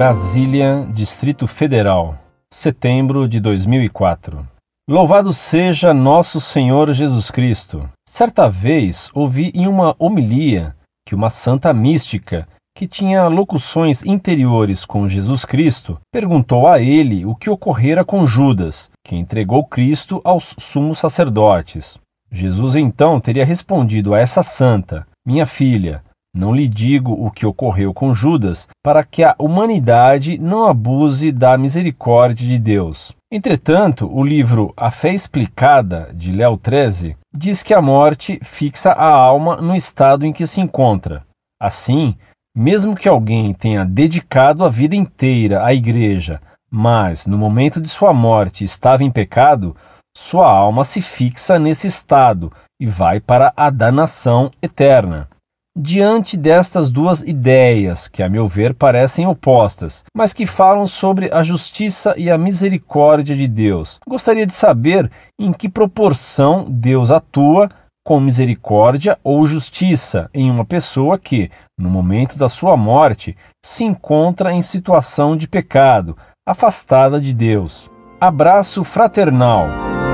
Brasília, Distrito Federal, setembro de 2004. Louvado seja nosso Senhor Jesus Cristo. Certa vez ouvi em uma homilia que uma santa mística, que tinha locuções interiores com Jesus Cristo, perguntou a ele o que ocorrera com Judas, que entregou Cristo aos sumos sacerdotes. Jesus então teria respondido a essa santa: minha filha, não lhe digo o que ocorreu com Judas, para que a humanidade não abuse da misericórdia de Deus. Entretanto, o livro A Fé Explicada, de Léo XIII, diz que a morte fixa a alma no estado em que se encontra. Assim, mesmo que alguém tenha dedicado a vida inteira à igreja, mas no momento de sua morte estava em pecado, sua alma se fixa nesse estado e vai para a danação eterna. Diante destas duas ideias, que a meu ver parecem opostas, mas que falam sobre a justiça e a misericórdia de Deus, gostaria de saber em que proporção Deus atua com misericórdia ou justiça em uma pessoa que, no momento da sua morte, se encontra em situação de pecado, afastada de Deus. Abraço fraternal.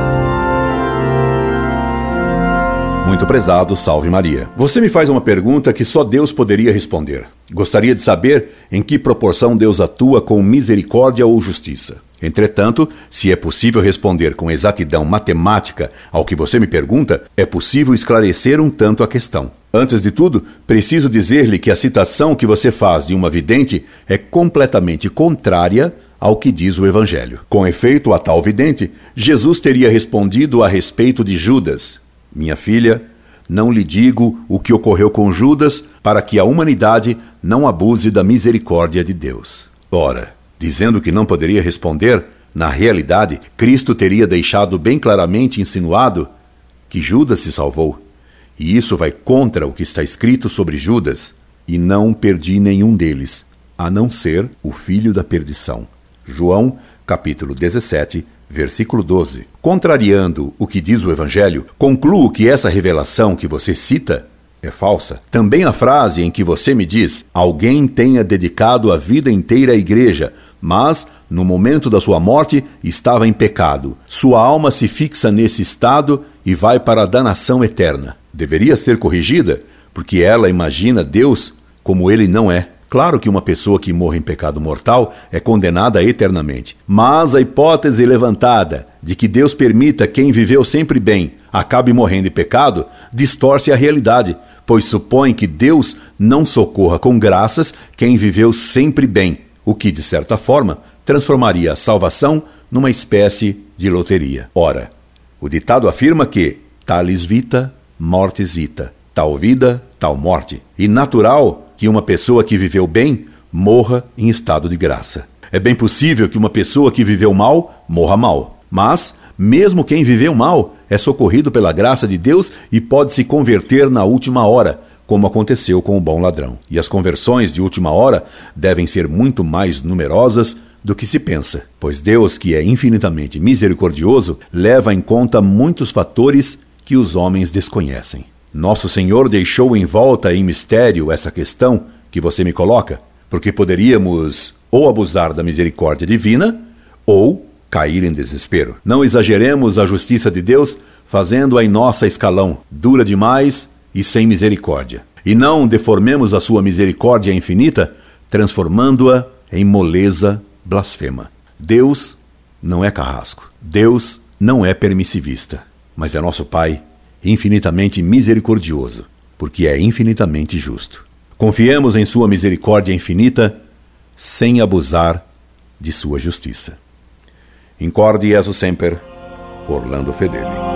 Muito prezado, salve Maria. Você me faz uma pergunta que só Deus poderia responder. Gostaria de saber em que proporção Deus atua com misericórdia ou justiça. Entretanto, se é possível responder com exatidão matemática ao que você me pergunta, é possível esclarecer um tanto a questão. Antes de tudo, preciso dizer-lhe que a citação que você faz de uma vidente é completamente contrária ao que diz o Evangelho. Com efeito, a tal vidente, Jesus teria respondido a respeito de Judas: minha filha, não lhe digo o que ocorreu com Judas, para que a humanidade não abuse da misericórdia de Deus. Ora, dizendo que não poderia responder, na realidade, Cristo teria deixado bem claramente insinuado que Judas se salvou. E isso vai contra o que está escrito sobre Judas: e não perdi nenhum deles, a não ser o filho da perdição. João, capítulo 17, versículo 12. Contrariando o que diz o Evangelho, concluo que essa revelação que você cita é falsa. Também a frase em que você me diz: alguém tenha dedicado a vida inteira à igreja, mas, no momento da sua morte, estava em pecado. Sua alma se fixa nesse estado e vai para a danação eterna. Deveria ser corrigida, porque ela imagina Deus como ele não é. Claro que uma pessoa que morre em pecado mortal é condenada eternamente. Mas a hipótese levantada de que Deus permita quem viveu sempre bem acabe morrendo em pecado distorce a realidade, pois supõe que Deus não socorra com graças quem viveu sempre bem, o que, de certa forma, transformaria a salvação numa espécie de loteria. Ora, o ditado afirma que talis vita, mortis vita, tal vida, tal morte, e natural que uma pessoa que viveu bem morra em estado de graça. É bem possível que uma pessoa que viveu mal morra mal, mas mesmo quem viveu mal é socorrido pela graça de Deus e pode se converter na última hora, como aconteceu com o bom ladrão. E as conversões de última hora devem ser muito mais numerosas do que se pensa, pois Deus, que é infinitamente misericordioso, leva em conta muitos fatores que os homens desconhecem. Nosso Senhor deixou em volta em mistério essa questão que você me coloca, porque poderíamos ou abusar da misericórdia divina ou cair em desespero. Não exageremos a justiça de Deus fazendo-a em nossa escalão, dura demais e sem misericórdia. E não deformemos a sua misericórdia infinita, transformando-a em moleza blasfema. Deus não é carrasco. Deus não é permissivista, mas é nosso Pai infinitamente misericordioso, porque é infinitamente justo. Confiemos em sua misericórdia infinita, sem abusar de sua justiça. Incorde Jesus Semper, Orlando Fedeli.